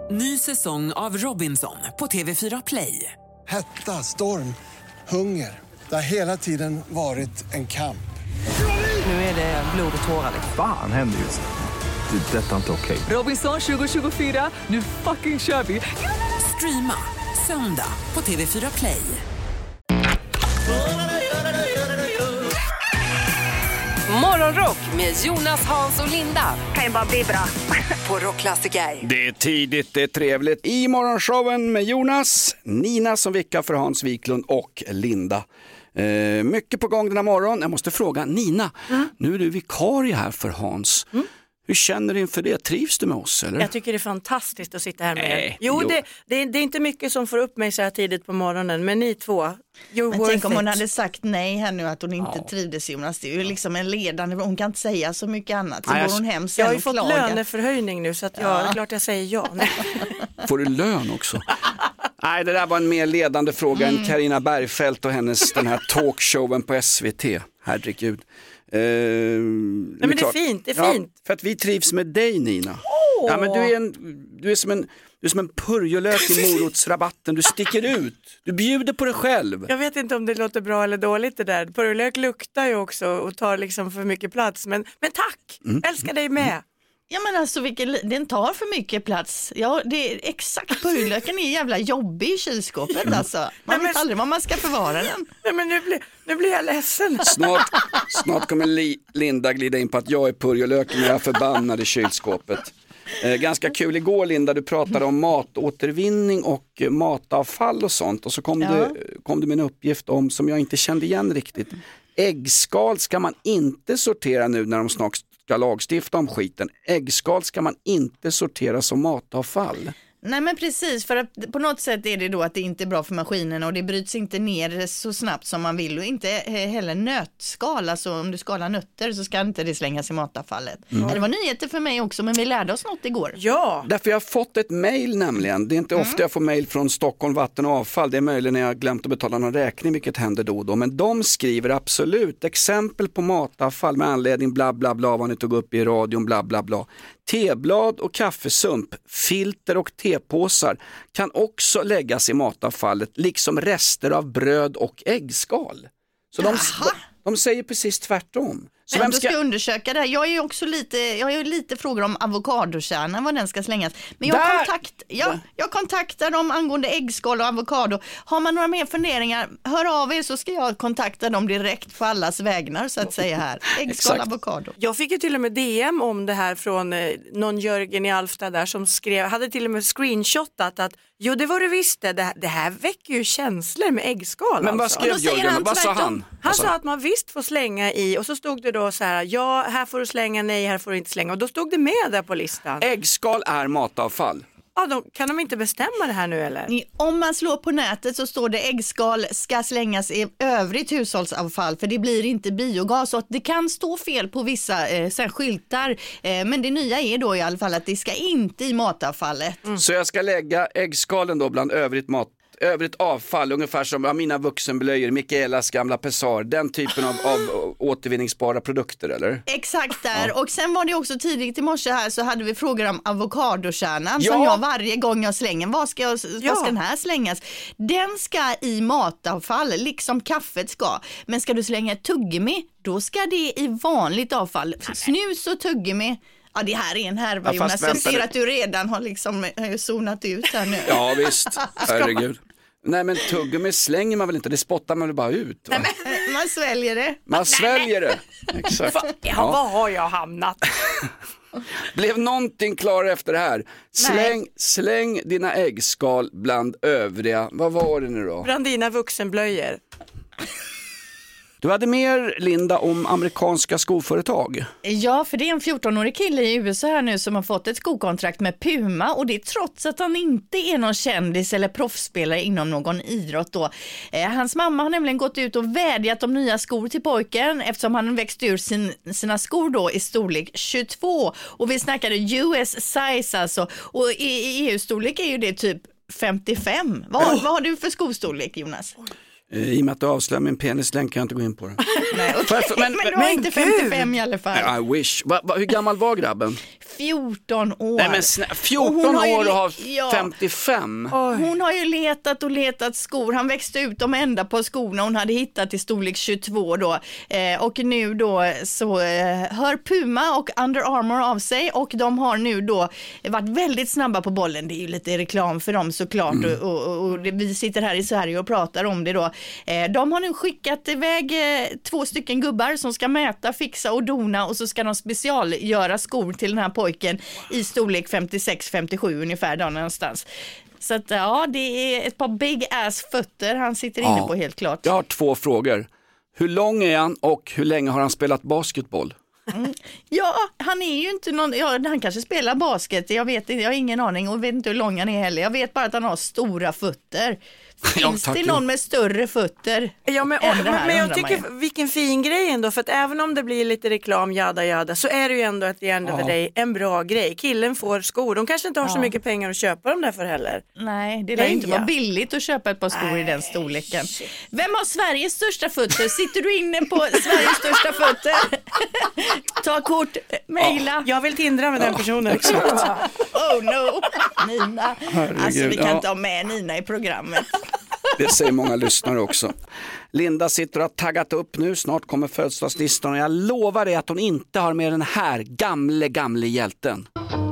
Ny säsong av Robinson på TV4 Play. Hetta, storm, hunger. Det har hela tiden varit en kamp. Nu är det blod och tårar. Fan händer just nu. Det. Detta är inte okej. Robinson 2024, nu fucking kör vi. Streama söndag på TV4 Play. Morgonrock med Jonas, Hans och Linda. Kan ju bara bli bra. På Rockklassiker. Det är tidigt, det är trevligt. I morgonshowen med Jonas, Nina som vickar för Hans Wiklund och Linda. Mycket på gång den här morgon. Jag måste fråga Nina, nu är du vikarie här för Hans. Hur känner du inför det? Trivs du med oss eller? Jag tycker det är fantastiskt att sitta här med er. Jo. Det är inte mycket som får upp mig så här tidigt på morgonen, men ni två, men tänk om hon hade sagt nej här nu, att hon inte trivdes, Jonas. Det är ju liksom en ledande, hon kan inte säga så mycket annat. Så går hon hem sen. Jag har ju fått löneförhöjning nu, så att det är klart jag säger ja. Får du lön också? Nej, det där var en mer ledande fråga än Carina Bergfeldt och hennes den här talkshowen på SVT. Herregud. Nej, men det är fint, det är fint. Ja, för att vi trivs med dig, Nina. Ja, men du är som en purjolök i morotsrabatten. Du sticker ut. Du bjuder på dig själv. Jag vet inte om det låter bra eller dåligt det där. Purjolök luktar ju också och tar liksom för mycket plats. Men tack, älskar dig med. Ja, men alltså den tar för mycket plats. Ja, det är exakt, purjolöken är jävla jobbig i kylskåpet alltså. Man vet aldrig var man ska förvara den. Nej, men nu blir jag ledsen. Snart kommer Linda glida in på att jag är purjolöken och jag är förbannad i kylskåpet. Ganska kul igår, Linda, du pratade om matåtervinning och matavfall och sånt. Och så kom du med en uppgift om som jag inte kände igen riktigt. Äggskal ska man inte sortera nu när de snart ska lagstifta om skiten. Äggskal ska man inte sortera som matavfall. Nej, men precis, för att på något sätt är det då att det inte är bra för maskinen och det bryts inte ner så snabbt som man vill, och inte heller nötskal, alltså om du skalar nötter så ska inte det slängas i matavfallet. Det var nyheter för mig också, men vi lärde oss något igår. Ja! Därför jag har fått ett mejl nämligen, det är inte ofta jag får mejl från Stockholm Vatten och Avfall, det är möjligt när jag glömt att betala någon räkning, vilket händer då och då, men de skriver absolut exempel på matavfall med anledning bla bla bla vad ni tog upp i radion bla bla bla. Teblad och kaffesump, filter och tepåsar kan också läggas i matavfallet, liksom rester av bröd och äggskal. Så de säger precis tvärtom. Så men du ska undersöka det här. Jag är ju lite frågor om avokadokärnan, vad den ska slängas. Men jag kontaktar dem angående äggskal och avokado. Har man några mer funderingar, hör av er så ska jag kontakta dem direkt på allas vägnar så att säga här. Äggskal och avokado. Jag fick ju till och med DM om det här från någon Jörgen i Alfta där som hade till och med screenshotat att jo, det var det visst det här väcker ju känslor med äggskal. Men vad skrev Jörgen? Vad sa han? Han sa att man visst får slänga i, och så stod det då så här, ja, här får du slänga, nej, här får du inte slänga, och då stod det med där på listan. Äggskal är matavfall. Ja, kan de inte bestämma det här nu eller? Om man slår på nätet så står det äggskal ska slängas i övrigt hushållsavfall, för det blir inte biogas, och det kan stå fel på vissa skyltar, men det nya är då i alla fall att det ska inte i matavfallet. Så jag ska lägga äggskalen då bland övrigt avfall, ungefär som mina vuxenblöjor, Mikaelas gamla pessar, den typen av återvinningsbara produkter, eller? Exakt där, och sen var det också tidigt i morse här så hade vi frågor om avokadokärnan som jag varje gång jag slänger, vad ska den här slängas? Den ska i matavfall, liksom kaffet ska, men ska du slänga ett tuggummi, då ska det i vanligt avfall. Snus och tuggummi. Ja, det här är en härva, Jonas. Jag ser att du redan har liksom zonat ut här nu. Ja, visst. Herregud. Nej, men tuggummi slänger man väl inte, det spottar man väl bara ut, va? Nej, man sväljer det. Man sväljer det, exakt. Vad har jag hamnat? Blev någonting klar efter det här? Släng dina äggskal bland övriga, vad var det nu då? Bland dina vuxenblöjor. Du hade mer, Linda, om amerikanska skoföretag. Ja, för det är en 14-årig kille i USA här nu som har fått ett skokontrakt med Puma, och det är trots att han inte är någon kändis eller proffsspelare inom någon idrott då. Hans mamma har nämligen gått ut och vädjat om nya skor till pojken eftersom han växt ur sina skor då i storlek 22, och vi snackade US size alltså, och i EU-storlek är ju det typ 55. Vad har du för skostorlek, Jonas? I och med att du avslöjar min penislängd kan jag inte gå in på det. Nej, okay. Men du var inte 55 i alla fall. I wish. Hur gammal var grabben? 14 år. Nej, men 14 år och har 55. Hon har ju letat skor. Han växte ut de enda på skorna hon hade hittat i storlek 22 då. Och nu då så hör Puma och Under Armour av sig och de har nu då varit väldigt snabba på bollen. Det är ju lite reklam för dem såklart och vi sitter här i Sverige och pratar om det då. De har nu skickat iväg 2 stycken gubbar som ska mäta, fixa och dona och så ska de specialgöra skor till den här pojken i storlek 56-57 ungefär där någonstans. Så att ja, det är ett par big ass fötter han sitter inne på helt klart. Jag har 2 frågor. Hur lång är han och hur länge har han spelat basketboll? Ja, han är ju inte någon, han kanske spelar basket, jag vet inte, jag har ingen aning och vet inte hur lång han är heller. Jag vet bara att han har stora fötter. Finns det någon med större fötter? Ja, men jag tycker vilken fin grej ändå, för att även om det blir lite reklam jada så är det ju ändå att det är för dig en bra grej. Killen får skor, de kanske inte har så mycket pengar att köpa dem där för heller. Nej, det lär ju inte vara billigt att köpa ett par skor i den storleken. Vem har Sveriges största fötter? Sitter du inne på Sveriges största fötter? Ta kort, mejla. Jag vill tindra med den personen. Oh no, Nina. Alltså vi kan inte ha med Nina i programmet. Det säger många lyssnare också. Linda sitter och har taggat upp nu. Snart kommer födelsedagslistan och jag lovar dig att hon inte har med den här gamle hjälten.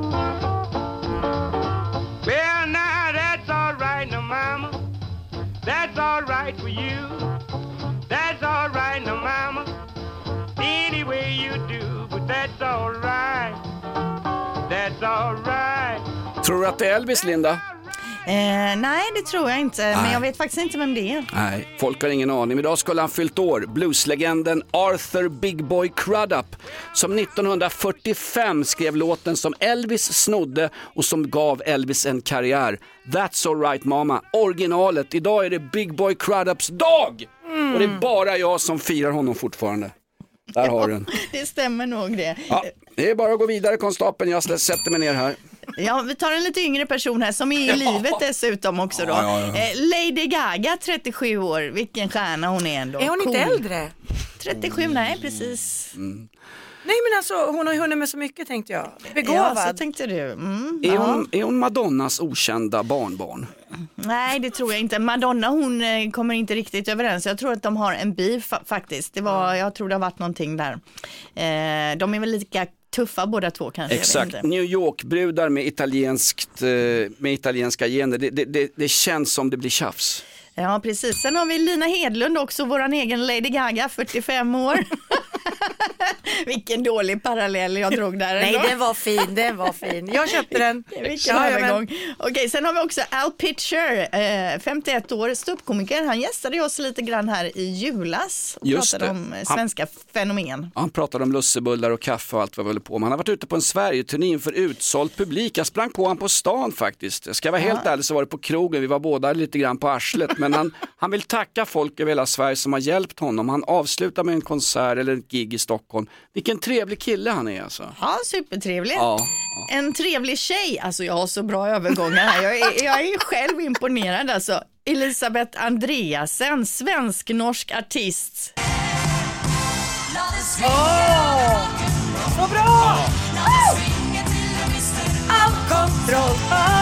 Well, now that's all right, no mama. That's all right for you. That's all right, no mama. Any way you do, but that's all right. That's all right. Tror du att det är Elvis, Linda? Nej, det tror jag inte. Men jag vet faktiskt inte vem det är. Nej, folk har ingen aning. Idag skulle han fyllt år. Blueslegenden Arthur Big Boy Crudup, som 1945 skrev låten som Elvis snodde och som gav Elvis en karriär. That's all right, mama. Originalet. Idag är det Big Boy Crudups dag. Och det är bara jag som firar honom fortfarande. Där har du den. Det stämmer nog det. Ja, det är bara att gå vidare, konstapeln. Jag sätter mig ner här. Ja, vi tar en lite yngre person här som är i livet dessutom också då. Lady Gaga, 37 år. Vilken stjärna hon är ändå. Är hon inte äldre? 37, nej precis. Nej, men alltså hon har ju hunnit med så mycket, tänkte jag. Begåvad. Ja, så tänkte du. Är hon Madonnas okända barnbarn? Nej, det tror jag inte. Madonna, hon kommer inte riktigt överens. Jag tror att de har en beef faktiskt. Jag tror det har varit någonting där. De är väl lika tuffa båda två kanske. Exakt, New York-brudar med italienska gener. Det känns som det blir tjafs. Ja, precis. Sen har vi Lina Hedlund också, våran egen Lady Gaga, 45 år. Vilken dålig parallell jag drog där. Nej, den var fin. Jag köpte den. Vilken övergång. Okej, sen har vi också Al Pitcher, 51 år, ståuppkomiker. Han gästade oss lite grann här i julas och pratade om svenska fenomen. Han pratade om lussebullar och kaffe och allt vad vi håller på med. Han har varit ute på en Sverige-turné inför utsåld publik. Jag sprang på han på stan faktiskt. Jag ska vara helt ärlig, så var det på krogen. Vi var båda lite grann på arslet. Men han vill tacka folk över hela Sverige som har hjälpt honom. Han avslutar med en konsert eller en gig i Stockholm. Vilken trevlig kille han är alltså. Ja, supertrevlig. Ja. En trevlig tjej. Alltså jag har så bra övergångar här. Jag är själv imponerad alltså. Elisabeth Andreasen, svensk-norsk artist. Så bra! All kontroll.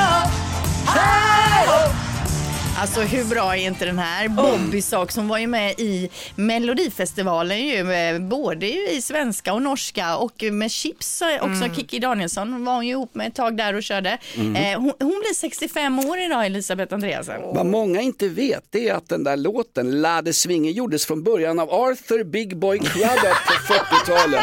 Alltså hur bra är inte den här? Bobby Sak som var ju med i Melodifestivalen ju, både ju i svenska och norska och med Chips också. Kiki Danielsson var hon ju ihop med ett tag där och körde. Hon blir 65 år idag, Elisabeth Andreasen. Vad många inte vet, det är att den där låten Lade Svinge gjordes från början av Arthur Big Boy Crudup på 40-talet.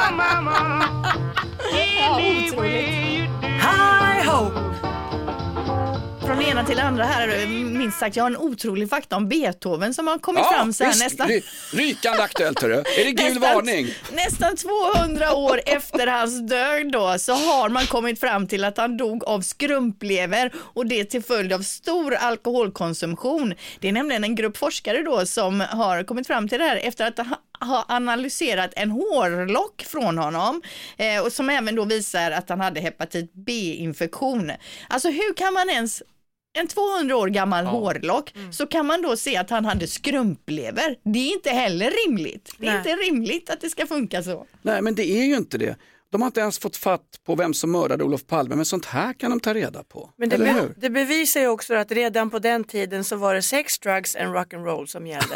Hi ho! Från det ena till det andra här, minst sagt, jag har en otrolig fakta om Beethoven som har kommit fram så här nästan. Rykande aktuellt, hörru. Är det gul varning? Nästan 200 år efter hans död då, så har man kommit fram till att han dog av skrumplever och det till följd av stor alkoholkonsumtion. Det är nämligen en grupp forskare då som har kommit fram till det här efter att har analyserat en hårlock från honom och som även då visar att han hade hepatit B-infektion. Alltså hur kan man ens en 200 år gammal hårlock, så kan man då se att han hade skrumplever. Det är inte heller rimligt. Det är inte rimligt att det ska funka så. Nej, men det är ju inte det. De har inte ens fått fatt på vem som mördade Olof Palme, men sånt här kan de ta reda på. Men det bevisar ju också att redan på den tiden så var det sex, drugs and rock'n'roll som gällde.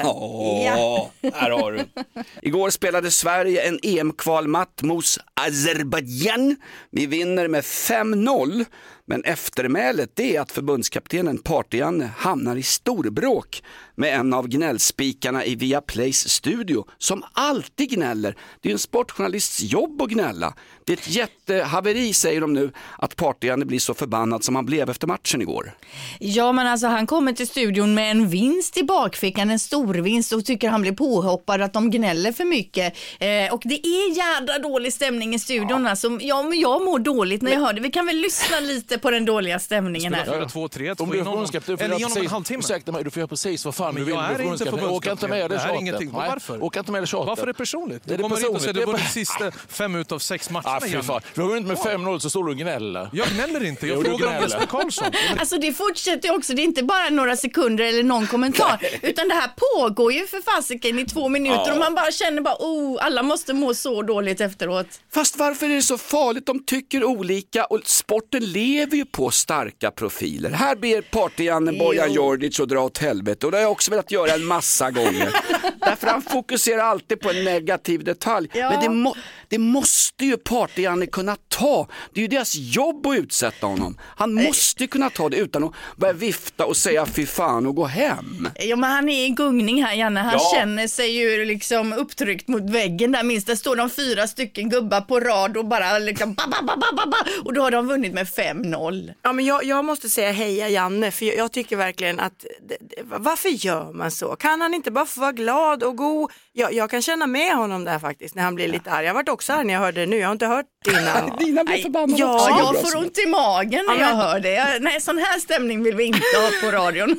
Här har du. Igår spelade Sverige en EM-kvalmatch mot Azerbaijan. Vi vinner med 5-0. Men eftermälet det är att förbundskaptenen Party-Janne hamnar i storbråk med en av gnällspikarna i Viaplays studio som alltid gnäller. Det är en sportjournalists jobb att gnälla. Det är ett jättehaveri, säger de nu, att Party-Janne blir så förbannad som han blev efter matchen igår. Ja, men alltså han kommer till studion med en vinst i bakfickan, en stor vinst, och tycker han blir påhoppad att de gnäller för mycket. Och det är jädra dålig stämning i studion. Alltså, men jag mår dåligt när jag hör det. Vi kan väl lyssna lite på den dåliga stämningen här. 4-2-3, om du är förbundskapten, eller inom en halvtimme. Ursäkta mig, du får göra precis vad fan du vill. Jag är inte förbundskapten. Åka inte med det tjatet. Varför? Åka inte med det tjatet. Varför är det personligt? Du kommer hit och säger du vunnit sista 5 utav 6 matcherna igen. Du har vunnit med 5-0 så står du och gnäller. Jag gnäller inte, jag frågar om Jesper Karlsson. Alltså det fortsätter också, det är inte bara några sekunder eller någon kommentar, utan det här pågår ju för fasiken i 2 minuter och man bara känner bara, alla måste må så dåligt efteråt. Fast varför är det så farligt? De tycker olika och sporten lever ju på starka profiler. Här ber Party-Janne Bojan Djordjic att dra åt helvete, och det har jag också velat göra en massa gånger. Därför han fokuserar alltid på en negativ detalj. Men det måste ju Party-Janne kunna ta. Det är ju deras jobb att utsätta honom. Han måste kunna ta det utan att börja vifta och säga fy fan och gå hem. Ja, men han är i gungning här, Janne. Han känner sig ju liksom upptryckt mot väggen där minst. Där står de 4 stycken gubbar på rad och bara liksom och då har de vunnit med 5-0. Ja, men jag måste säga heja Janne, för jag tycker verkligen att varför gör man så? Kan han inte bara få vara glad och god? Jag kan känna med honom där faktiskt när han blir lite arg. Jag har varit också arg när jag hörde det nu. Jag har inte hört innan. Dina blir förbannade. Ja, jag får ont i magen när jag hör det. Nej, sån här stämning vill vi inte ha på radion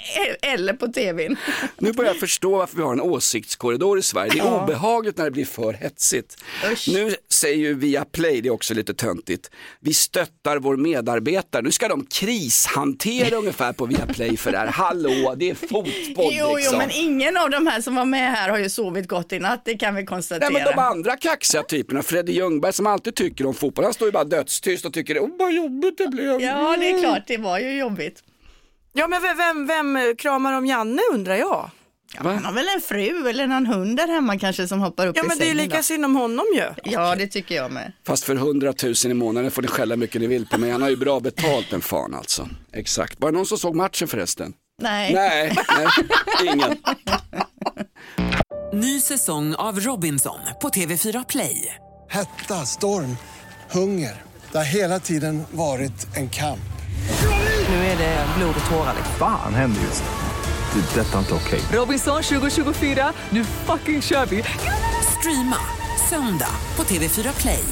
eller på tvn. Nu börjar jag förstå varför vi har en åsiktskorridor i Sverige. Det är obehagligt när det blir för hetsigt. Nu säger ju Viaplay, det är också lite töntigt, vi stöttar vår medarbetare. Nu ska de krishantera ungefär på Viaplay för det här. Hallå, det är fotboll Jo, liksom. men ingen av de här som var med här har ju sovit gott i natt, det kan vi konstatera. Nej, men de andra kaxiga typerna, Freddy Ljungberg som alltid tycker om fotboll, han står ju bara dödstyst och tycker vad jobbigt det blev. Ja, det är klart, det var ju jobbigt. Ja, men vem kramar om Janne, undrar jag? Ja, han har väl en fru eller en hund där hemma kanske som hoppar upp i sängen. Ja, men det är lika synd om honom ju. Ja, det tycker jag med. Fast för 100 000 i månaden får ni skälla mycket ni vill på mig. Han har ju bra betalt, en fan alltså. Exakt. Var det någon som såg matchen förresten? Nej, ingen. Ny säsong av Robinson på TV4 Play. Hetta, storm, hunger. Det har hela tiden varit en kamp. Nu är det blod och tårar. Fan händer just det. Det är detta inte okej. Robinson 2024, nu fucking kör vi. Streama söndag på TV4 Play.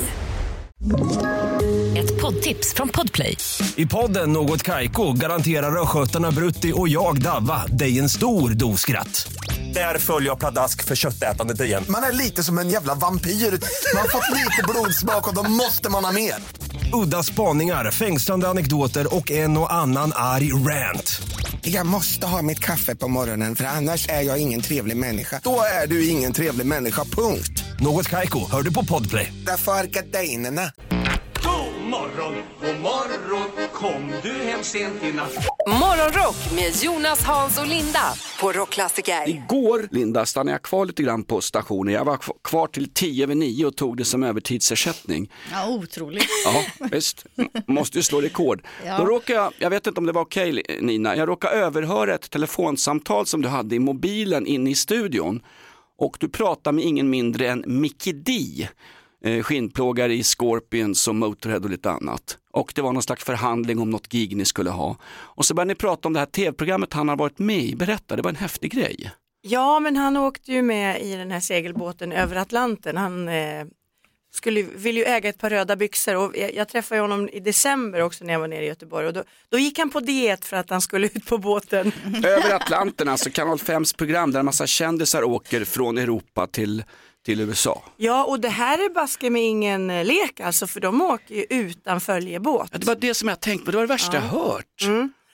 Ett poddtips från Podplay. I podden Något Kaiko garanterar röskötarna Brutti och jag Davva dig en stor doskratt. Där följer jag pladask för köttätandet igen. Man är lite som en jävla vampyr. Man har fått lite blodsmak och då måste man ha mer. Udda spaningar, fängslande anekdoter och en och annan arg rant. Jag måste ha mitt kaffe på morgonen för annars är jag ingen trevlig människa. Då är du ingen trevlig människa, punkt. Något Kaiko, hör du på Podplay. Därför är gardinerna. God morgon, kom du hem sent i natt. Morgonrock med Jonas, Hans och Linda på Rockklassiker. Igår, Linda, stannade jag kvar lite grann på stationen. Jag var kvar till 10:09 och tog det som övertidsersättning. Ja, otroligt. Ja, visst. Måste ju slå rekord. Ja. Då råkade jag vet inte om det var okej, Nina, jag råkade överhöra ett telefonsamtal som du hade i mobilen inne i studion. Och du pratade med ingen mindre än Mickey D. Skinnplågare i Scorpions och Motorhead och lite annat. Och det var någon slags förhandling om något gig ni skulle ha. Och så började ni prata om det här tv-programmet han har varit med i. Berätta, det var en häftig grej. Ja, men han åkte ju med i den här segelbåten över Atlanten. Han vill ju äga ett par röda byxor och jag träffade honom i december också när jag var nere i Göteborg. Och då gick han på diet för att han skulle ut på båten. Över Atlanten, alltså Kanal 5s program där en massa kändisar åker från Europa till USA. Ja, och det här är baske med ingen lek alltså, för de åker ju utan följebåt. Ja, det var det som jag tänkte på, det var det värsta jag hört. Mm.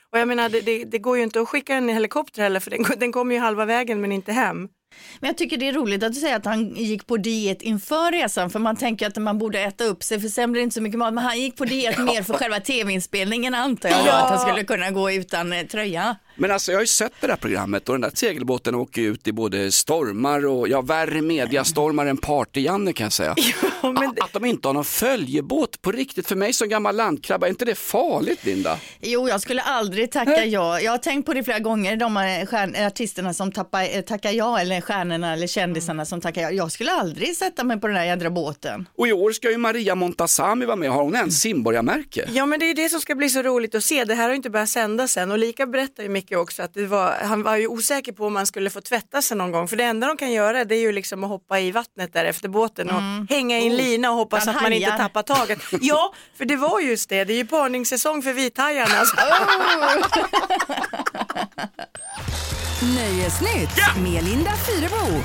Och jag menar, det går ju inte att skicka en helikopter heller, för den kommer ju halva vägen men inte hem. Men jag tycker det är roligt att du säger att han gick på diet inför resan, för man tänker att man borde äta upp sig, för sen blir det inte så mycket mat, men han gick på diet mer för själva tv-inspelningen, antar jag, att han skulle kunna gå utan tröja. Men alltså jag har ju sett det där programmet och den där segelbåten åker ut i både stormar och värre mediastormar än Party-Janne kan jag säga. Ja, men att de inte har någon följebåt på riktigt, för mig som gammal landkrabba, är inte det farligt, Linda? Jo, jag skulle aldrig tacka ja. Jag har tänkt på det flera gånger, de artisterna som tackar ja, eller stjärnorna eller kändisarna som tackar ja. Jag skulle aldrig sätta mig på den där jädra båten. Och i år ska ju Maria Montazami vara med. Har hon en simborgarmärke? Ja, men det är det som ska bli så roligt att se. Det här har inte börjat sändas än, och lika berättar ju mycket också att han var ju osäker på om man skulle få tvätta sig någon gång, för det enda de kan göra det är ju liksom att hoppa i vattnet där efter båten och hänga i en lina och hoppas att man inte tappar taget. Ja, för det var just det är ju parningssäsong för vithajarna. Nöjesnytt med Linda Fyrebo.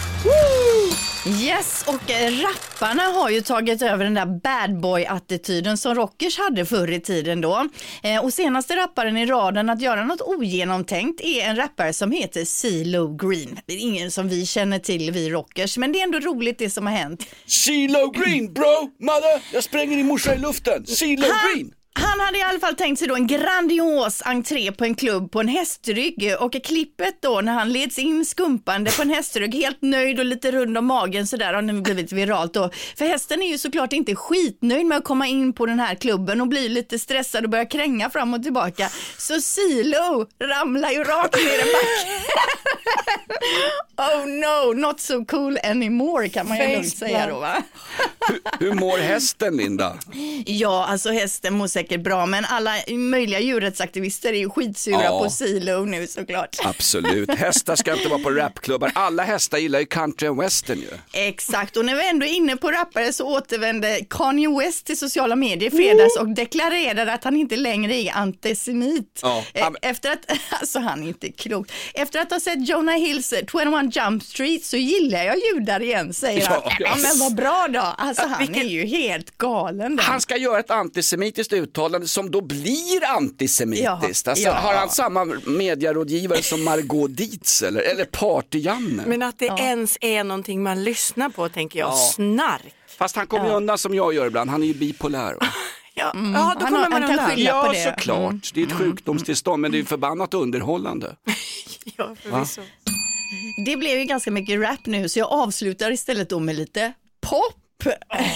Yes, och rapparna har ju tagit över den där bad boy-attityden som rockers hade förr i tiden då. Och senaste rapparen i raden att göra något ogenomtänkt är en rappare som heter CeeLo Green. Det är ingen som vi känner till, vi rockers, men det är ändå roligt det som har hänt. CeeLo Green, bro, mother, jag spränger din morsa i luften. CeeLo Green. Han hade i alla fall tänkt sig då en grandios entré på en klubb på en hästrygg, och klippet då när han leds in skumpande på en hästrygg, helt nöjd och lite rund om magen sådär, har nu blivit viralt då. För hästen är ju såklart inte skitnöjd med att komma in på den här klubben och blir lite stressad och börjar kränga fram och tillbaka. Så CeeLo ramlar ju rakt ner i backen. Oh no, not so cool anymore kan man ju lugnt säga då, va? Hur mår hästen, Linda? Ja, alltså hästen mår säkert bra, men alla möjliga djurrättsaktivister är ju skitsura på CeeLo nu såklart. Absolut, hästar ska inte vara på rapklubbar. Alla hästar gillar ju country and western ju. Exakt, och när vi ändå är inne på rappare så återvände Kanye West till sociala medier i fredags och deklarerade att han inte längre är antisemit. Efter att, alltså han är inte klokt. Efter att ha sett Jonah Hills 21 Jump Street så gillar jag judar igen, säger han. Ja, men vad bra då. Alltså han är ju helt galen. Han ska göra ett antisemitiskt uttalande som då blir antisemitiskt. Alltså, har han samma medierådgivare som Margot Dietz eller Party-Janne? Men att det ens är någonting man lyssnar på, tänker jag. Snark. Fast han kommer ju undan som jag gör ibland. Han är ju bipolär. Ja, då kommer man undan. Ja, såklart. Det är ett sjukdomstillstånd, men det är ju förbannat underhållande. Ja, förvisso. Det blev ju ganska mycket rap nu, så jag avslutar istället då med lite pop.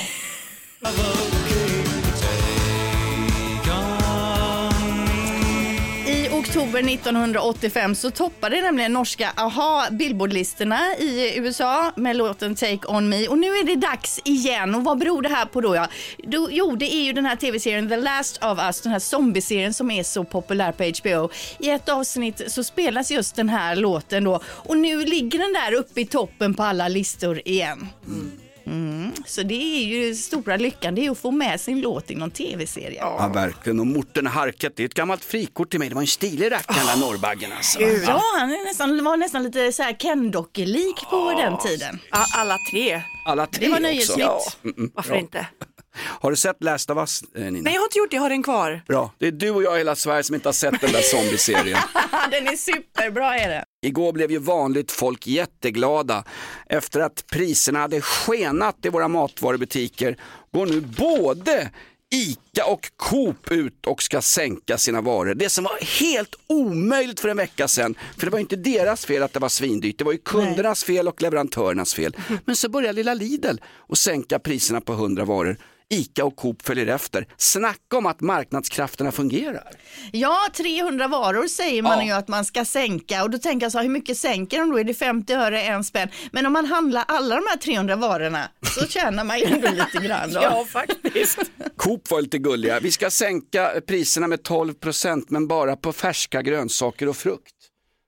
I oktober 1985 så toppade nämligen norska AHA Billboardlistorna i USA med låten Take On Me, och nu är det dags igen. Och vad beror det här på då? Jo, det är ju den här tv-serien The Last of Us, den här zombieserien som är så populär på HBO. I ett avsnitt så spelas just den här låten då, och nu ligger den där uppe i toppen på alla listor igen. Så det är ju stora lyckan, det är att få med sin låt i någon tv-serie. Ja, verkligen. Och Morten Harket, det är ett gammalt frikort till mig. Det var en stilig rackare, den Norrbaggen alltså. Ja, han var nästan lite så här Ken-Docky-lik på den tiden. Ja, alla tre. Det var nöjesnytt. Ja. Varför inte? Har du sett Last of Us, Nina? Nej, jag har inte gjort det, jag har den kvar. Bra, det är du och jag i hela Sverige som inte har sett den där zombie-serien. Den är superbra, är det. Igår blev ju vanligt folk jätteglada. Efter att priserna hade skenat i våra matvarubutiker går nu både ICA och Coop ut och ska sänka sina varor. Det som var helt omöjligt för en vecka sedan, för det var inte deras fel att det var svindyrt, det var ju kundernas fel och leverantörernas fel. Men så börjar lilla Lidl och sänka priserna på 100 varor. ICA och Coop följer efter. Snacka om att marknadskrafterna fungerar. Ja, 300 varor säger man ju att man ska sänka. Och då tänker jag så, hur mycket sänker de då? Är det 50 öre, 1 spänn? Men om man handlar alla de här 300 varorna så tjänar man ju ändå lite grann då. Ja, faktiskt. Coop var lite gulliga. Vi ska sänka priserna med 12%, men bara på färska grönsaker och frukt.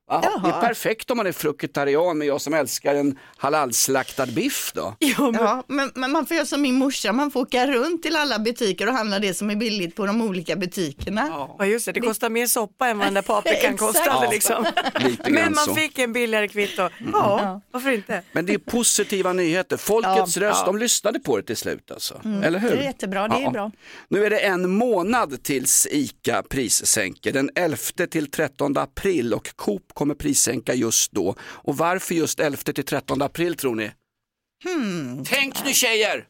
Ja, det är perfekt om man är frukitarian, men jag som älskar en halalslaktad biff då. Ja, men man får göra som min morsa, man får åka runt till alla butiker och handla det som är billigt på de olika butikerna. Ja, just det kostar mer soppa än vad den där paprikan kostade liksom. Men man fick en billigare kvitto. Ja, varför inte? Men det är positiva nyheter. Folkets röst, de lyssnade på det till slut alltså. Eller hur? Det är jättebra, det är bra. Nu är det en månad tills ICA prissänker. Den 11 till 13 april och Coop kommer prissänka just då. Och varför just 11 till 13 april tror ni? Tänk nu tjejer!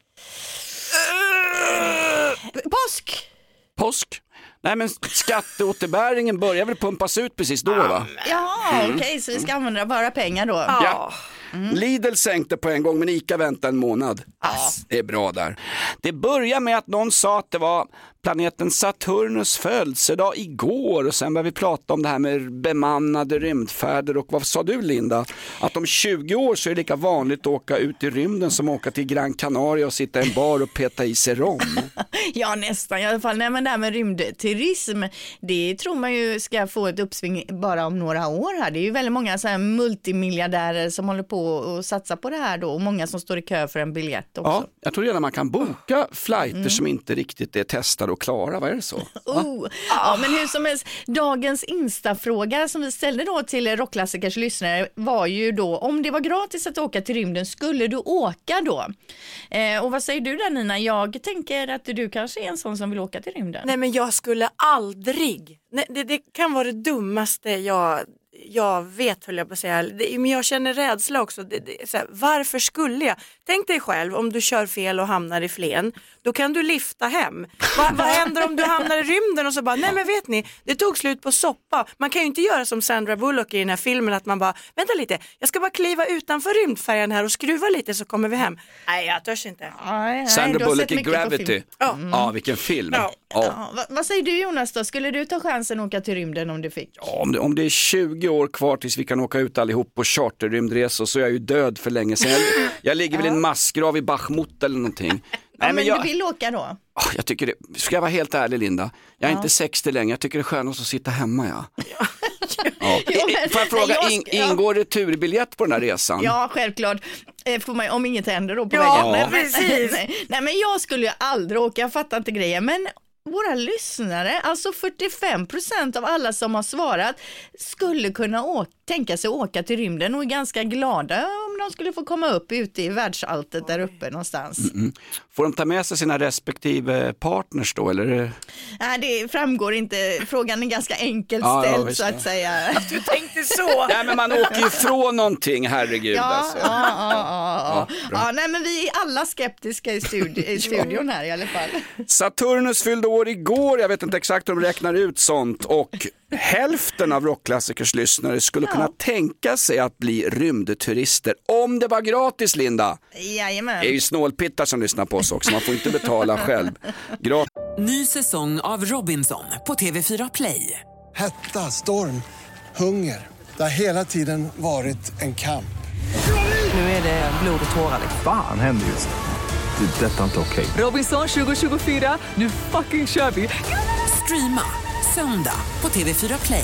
Påsk? Nej, men skatteåterbäringen börjar väl pumpas ut precis då va? Ja, okej, så vi ska använda bara pengar då. Ja. Lidl sänkte på en gång, men ICA väntar en månad. Det är bra där. Det börjar med att någon sa att det var planeten Saturnus födelsedag igår, och sen började vi prata om det här med bemannade rymdfärder. Och vad sa du, Linda? Att om 20 år så är det lika vanligt att åka ut i rymden som att åka till Gran Canaria och sitta i en bar och peta i sig rom. Ja, nästan i alla fall. Nej, men det här med rymdturism, det tror man ju ska få ett uppsving bara om några år här. Det är ju väldigt många så här multimiljardärer som håller på och satsar på det här då, och många som står i kö för en biljett också. Ja, jag tror redan man kan boka flighter som inte riktigt är testade och klara, vad är det så? Ja, men hur som helst, dagens Insta-fråga som vi ställde då till Rockklassikers lyssnare var ju då, om det var gratis att åka till rymden, skulle du åka då? Och vad säger du där, Nina? Jag tänker att du kanske är en sån som vill åka till rymden. Nej, men jag skulle aldrig. Nej, det kan vara det dummaste jag vet, höll jag på att säga. Men jag känner rädsla också. Så här, varför skulle jag? Tänk dig själv om du kör fel och hamnar i Flen. Då kan du lifta hem. Vad händer om du hamnar i rymden och så bara, nej men vet ni, det tog slut på soppa. Man kan ju inte göra som Sandra Bullock i den här filmen, att man bara, vänta lite, jag ska bara kliva utanför rymdfärjan här och skruva lite så kommer vi hem. Nej, jag törs inte. Sandra Bullock i Gravity. Ja, vilken film. Vad säger du, Jonas då? Skulle du ta chansen att åka till rymden om du fick? Ja, om det är 20 år kvar tills vi kan åka ut allihop på charterrymdresor, så är jag ju död för länge sedan. Jag ligger väl i en massgrav i Bachmut eller någonting. Nej, men du vill åka då? Jag tycker det, ska jag vara helt ärlig, Linda, jag är inte 60 längre, jag tycker det är skönast att sitta hemma. Får jag fråga, ingår det turbiljett på den här resan? Ja, självklart. Får man, om inget händer då på vägen. Ja, precis. Nej, men jag skulle ju aldrig åka, jag fattar inte grejen, men våra lyssnare, alltså 45% av alla som har svarat skulle kunna tänka sig åka till rymden och är ganska glada om de skulle få komma upp ute i världsalltet där uppe någonstans. Får de ta med sig sina respektive partners då, eller? Nej, det framgår inte. Frågan är ganska enkelt ställd så att säga. Att du tänkte så. Nej, men man åker ju ifrån någonting, herregud. Nej, men vi är alla skeptiska i studion här i alla fall. Saturnus fyllde år igår, jag vet inte exakt hur de räknar ut sånt, och hälften av Rockklassikers lyssnare skulle kunna tänka sig att bli rymdturister om det var gratis, Linda. Jajamän. Det är ju snålpittar som lyssnar på oss också, man får inte betala själv. Ny säsong av Robinson på TV4 Play. Hetta, storm, hunger. Det har hela tiden varit en kamp. Nu är det blod och tårar. Fan händer just det. Det är detta inte okej. Robinson 2024, nu fucking kör vi. Streama söndag på TV4 Play.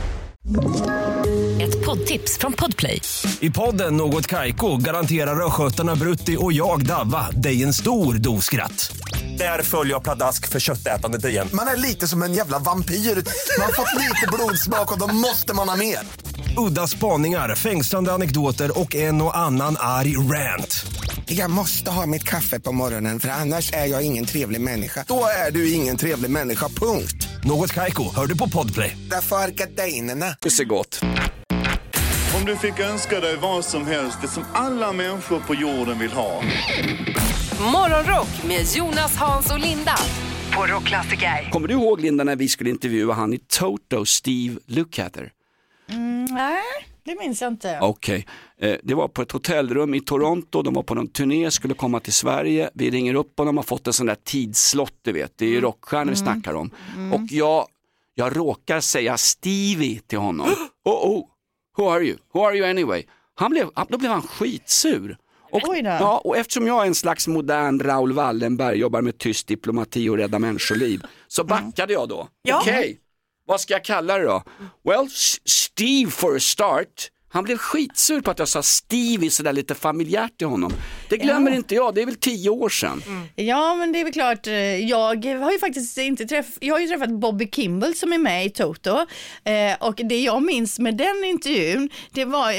Ett poddtips från Podplay. I podden Något Kaiko garanterar röskötarna Brutti och jag Davva dig en stor doskratt. Där följer jag pladask för köttätandet igen. Man är lite som en jävla vampyr. Man har fått lite blodsmak och då måste man ha mer. Udda spaningar, fängslande anekdoter och en och annan arg rant. Jag måste ha mitt kaffe på morgonen, för annars är jag ingen trevlig människa. Då är du ingen trevlig människa, punkt. Något Kaiko, hör du på Podplay. Därför är gardinerna. Det ser gott. Om du fick önska dig vad som helst, det som alla människor på jorden vill ha. Morgonrock med Jonas, Hans och Linda på Rockklassiker. Kommer du ihåg, Linda, när vi skulle intervjua han i Toto, Steve Lukather? Nej, det minns jag inte. Okej. Det var på ett hotellrum i Toronto, de var på någon turné, skulle komma till Sverige. Vi ringer upp och de har fått en sån där tidslott, du vet. Det är ju rockstjärnor vi snackar om. Och jag råkar säga Stevie till honom. Who are you anyway? Då blev han skitsur. Och eftersom jag är en slags modern Raoul Wallenberg, jobbar med tyst diplomati och rädda människoliv, så backade jag då. Okej. Vad ska jag kalla det då? Well, Steve for a start. Han blev skitsur på att jag sa Stevie sådär lite familjärt till honom. Det glömmer inte jag, det är väl 10 år sedan. Ja, men det är väl klart. Jag har ju faktiskt jag har ju träffat Bobby Kimball som är med i Toto. Och det jag minns med den intervjun, det var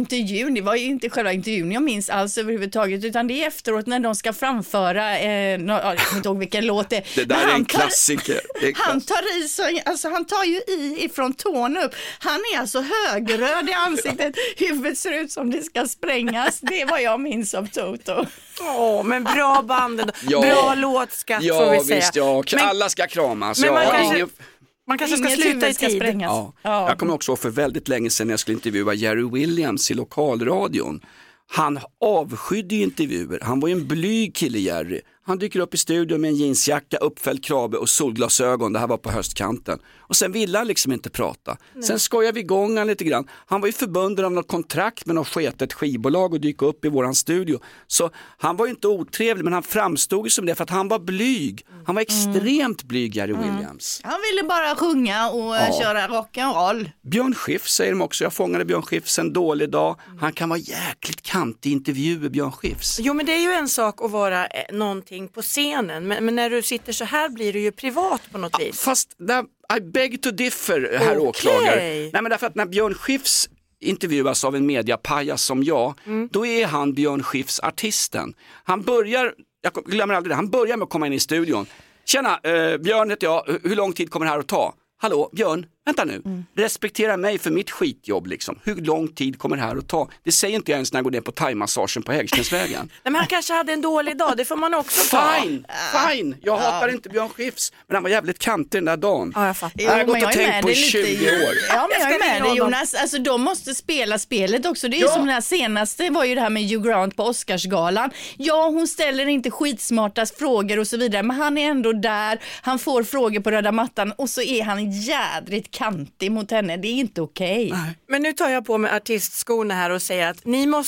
ju inte själva intervjun jag minns alls överhuvudtaget, utan det är efteråt när de ska framföra, jag kommer inte ihåg vilken låt det är. Det där är en klassiker. Han tar i så, alltså han tar ju ifrån tån upp. Han är alltså högröd i ansiktet. Huvudet ser ut som det ska sprängas. Det är vad jag minns av Toto. Men bra banden. Bra låtskatt får vi säga. Visst, alla ska kramas. Men man kanske ska sluta i tid. Jag kommer också ihåg för väldigt länge sedan när jag skulle intervjua Jerry Williams i lokalradion. Han avskydde intervjuer. Han var ju en blyg kille, Jerry. Han dyker upp i studion med en jeansjacka, uppfälld krave och solglasögon. Det här var på höstkanten. Och sen ville han liksom inte prata. Sen skojade vi igång han lite grann. Han var ju förbunden av något kontrakt med något sketet skivbolag och dyka upp i våran studio. Så han var ju inte otrevlig, men han framstod ju som det för att han var blyg. Han var extremt blyg, Jerry Williams. Han ville bara sjunga och köra rock'n'roll. Björn Skifs säger de också. Jag fångade Björn Skifs en dålig dag. Han kan vara jäkligt kantig i intervjuer, Björn Skifs. Jo, men det är ju en sak att vara någonting på scenen, men när du sitter så här blir du ju privat på något vis. Fast I beg to differ, herr åklagare. Nej, men därför att när Björn Skifs intervjuas av en mediapajas som jag, då är han Björn Skifs artisten. Han börjar, jag glömmer aldrig det, han börjar med att komma in i studion. Tjena, Björn heter jag, hur lång tid kommer det här att ta? Hallå, Björn, vänta nu. Respektera mig för mitt skitjobb liksom. Hur lång tid kommer det här att ta? Det säger inte jag ens när jag går ner på thaimassagen på Hägerstensvägen. Nej, men han kanske hade en dålig dag, det får man också Fine. Jag hatar inte Björn Skifs, men han var jävligt kantig den där dagen. Ja, jag fattar. Jag har gått och tänkt på 20 år. Ja, men jag är med dig, Jonas. Alltså, de måste spela spelet också. Det är ju som den här senaste var ju det här med Hugh Grant på Oscarsgalan. Ja, hon ställer inte skitsmarta frågor och så vidare, men han är ändå där. Han får frågor på röda mattan och så är han jädrigt kantig mot henne. Det är inte okej. Men nu tar jag på mig artistskorna här och säger att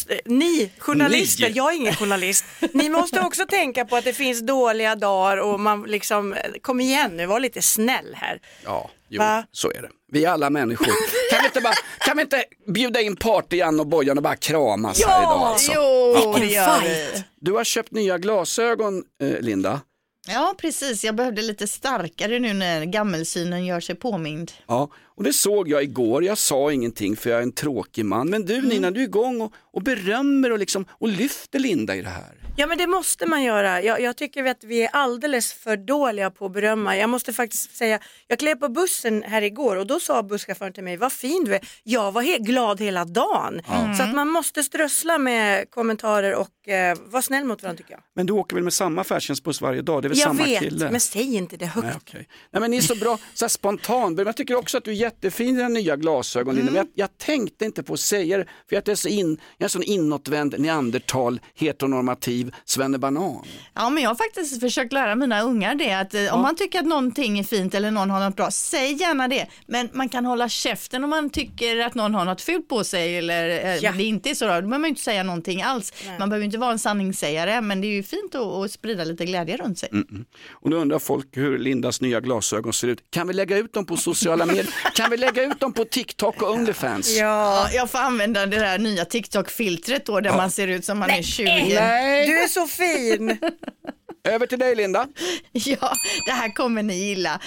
ni journalister, jag är ingen journalist, ni måste också tänka på att det finns dåliga dagar och man liksom, kom igen nu, var lite snäll här. Ja, så är det. Vi är alla människor. Kan vi inte bjuda in Party-Jan och Bojan och bara kramas här idag alltså? Det gör vi. Du har köpt nya glasögon, Linda. Ja, precis. Jag behövde lite starkare nu när gammelsynen gör sig påmind. Ja, och det såg jag igår. Jag sa ingenting för jag är en tråkig man. Men du Nina, du är igång och berömmer och lyfter Linda i det här. Ja, men det måste man göra. Jag tycker att vi är alldeles för dåliga på att berömma. Jag måste faktiskt säga, jag klev på bussen här igår och då sa busschauffören till mig, vad fin du är. Jag var glad hela dagen. Så att man måste strössla med kommentarer och vara snäll mot varandra, tycker jag. Men du åker väl med samma färdtjänstbuss varje dag? Det är väl samma kille? Jag vet, men säg inte det högt. Nej, okay. Nej, men ni är så bra, så här spontant. Men jag tycker också att du är jättefin i den nya glasögon, Linda. Men jag tänkte inte på att säga det, för att jag är en sån inåtvänd, neandertal, heteronormativ svennebanan. Ja, men jag har faktiskt försökt lära mina ungar det, att om man tycker att någonting är fint eller någon har något bra, säg gärna det. Men man kan hålla käften om man tycker att någon har något fult på sig eller det inte är så bra. Då behöver man inte säga någonting alls. Nej. Man behöver inte vara en sanningssägare, men det är ju fint att sprida lite glädje runt sig. Och då undrar folk hur Lindas nya glasögon ser ut. Kan vi lägga ut dem på sociala medier? Kan vi lägga ut dem på TikTok och OnlyFans? Ja, jag får använda det där nya TikTok-filtret då, där man ser ut som man är 20. Nej, du är så fin! Över till dig, Linda. Ja, det här kommer ni gilla.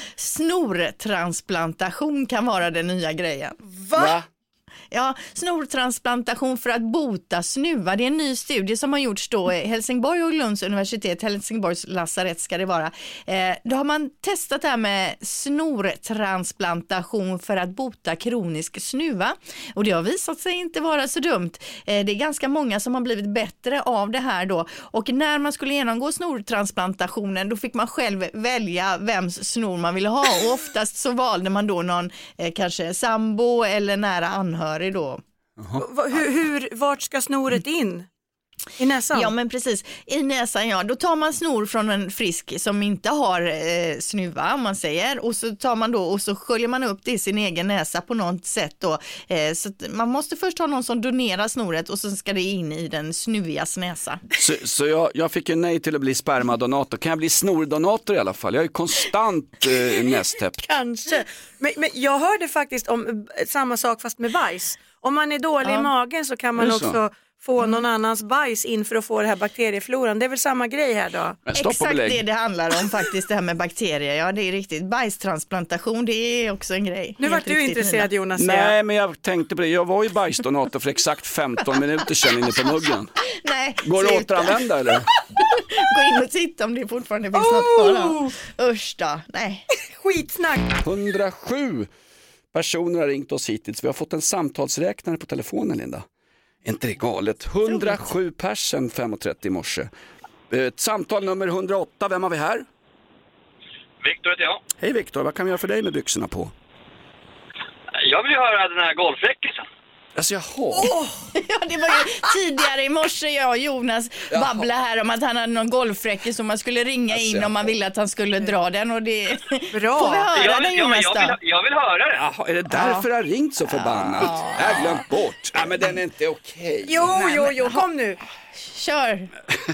Snortransplantation kan vara den nya grejen. Va? Ja, snortransplantation för att bota snuva. Det är en ny studie som har gjorts då i Helsingborg och Lunds universitet, Helsingborgs lasarett ska det vara. Då har man testat det här med snortransplantation för att bota kronisk snuva. Och det har visat sig inte vara så dumt. Det är ganska många som har blivit bättre av det här då. Och när man skulle genomgå snortransplantationen, då fick man själv välja vems snor man ville ha. Och oftast så valde man då någon kanske sambo eller nära anhörig då. Vart ska snoret in? I näsan? Ja, men precis. I näsan, ja. Då tar man snor från en frisk som inte har snuva, om man säger. Och så tar man då och så sköljer man upp det i sin egen näsa på något sätt då. Så man måste först ha någon som donerar snoret och så ska det in i den snuvigas näsa. Så jag fick ju nej till att bli spermadonator. Kan jag bli snordonator i alla fall? Jag är konstant nästäppt. Kanske. Men jag hörde faktiskt om samma sak fast med bajs. Om man är dålig i magen så kan man också få någon annans bajs in för att få det här bakteriefloran. Det är väl samma grej här då? Exakt det handlar om faktiskt, det här med bakterier. Ja, det är riktigt. Bajstransplantation, det är också en grej. Nu var du intresserad, Jonas. Nej, men jag tänkte på det. Jag var ju bajsdonator för exakt 15 minuter sedan inne på muggen. Nej, går det att återanvända eller? Gå in och titta om det fortfarande finns något kvar. Usch då, nej. Skitsnack. 107 personer har ringt oss hittills. Vi har fått en samtalsräknare på telefonen, Linda. Är inte det galet? 107 personer 5:30 i morse. Samtal nummer 108, vem har vi här? Viktor heter jag. Hej Viktor, vad kan vi göra för dig med byxorna på? Jag vill ju höra den här golfräckisen. Alltså ja, det var ju tidigare i morse jag och Jonas babblade här om att han hade någon golfräckis som man skulle ringa in om man ville att han skulle dra den och det bra. Får vi höra den, Jonas då? Jag vill höra det. Jaha, är det därför jag ringt så förbannat? Jag har glömt bort. Ja, men den är inte okej. Jo, kom nu. Kör.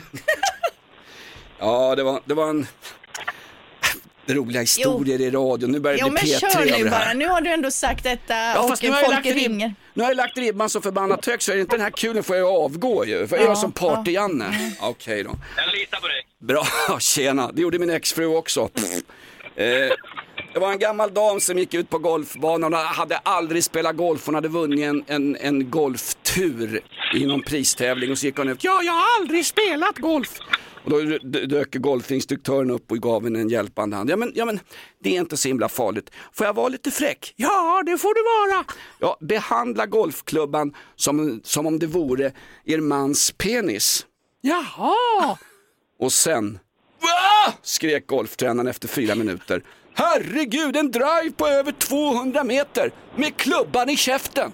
Ja, det var en roliga historier i radio. Nu börjar det bli P3 kör nu av det här. Bara. Nu har du ändå sagt detta och folk ringer. Nu har jag lagt ribban så förbannat högt så är det inte den här kulen får jag avgå ju. För jag är som party-Janne. Okej då. Jag litar på dig. Bra, tjena. Det gjorde min exfru också. Det var en gammal dam som gick ut på golfbanan och hade aldrig spelat golf. Hon hade vunnit en golftur i någon pristävling och så gick hon ut. Ja, jag har aldrig spelat golf. Och då dök golfinstruktören upp och gav henne en hjälpande hand. Ja men det är inte så himla farligt. Får jag vara lite fräck? Ja, det får du vara. Ja, behandla golfklubban som om det vore er mans penis. Jaha. Och sen skrek golftränaren efter 4 minuter. Herregud, en drive på över 200 meter med klubban i käften.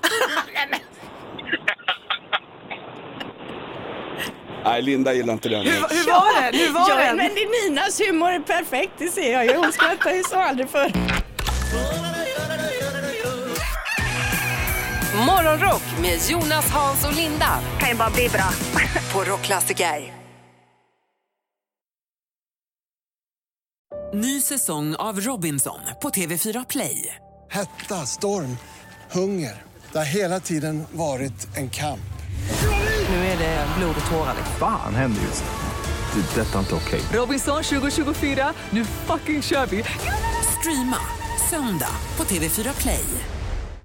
Nej, Linda gillar inte den. Hur var den? Men det är Ninas humor är perfekt, det ser jag ju. Hon skrattar ju så aldrig för. Morgonrock med Jonas, Hans och Linda. Kan ju bara bli bra. På Rockklassiker. Ny säsong av Robinson på TV4 Play. Hetta, storm, hunger. Det har hela tiden varit en kamp. Nu är det blod och tårar. Fan händer just det. Detta är inte okej. Robinson 2024, nu fucking kör vi. Streama söndag på TV4 Play.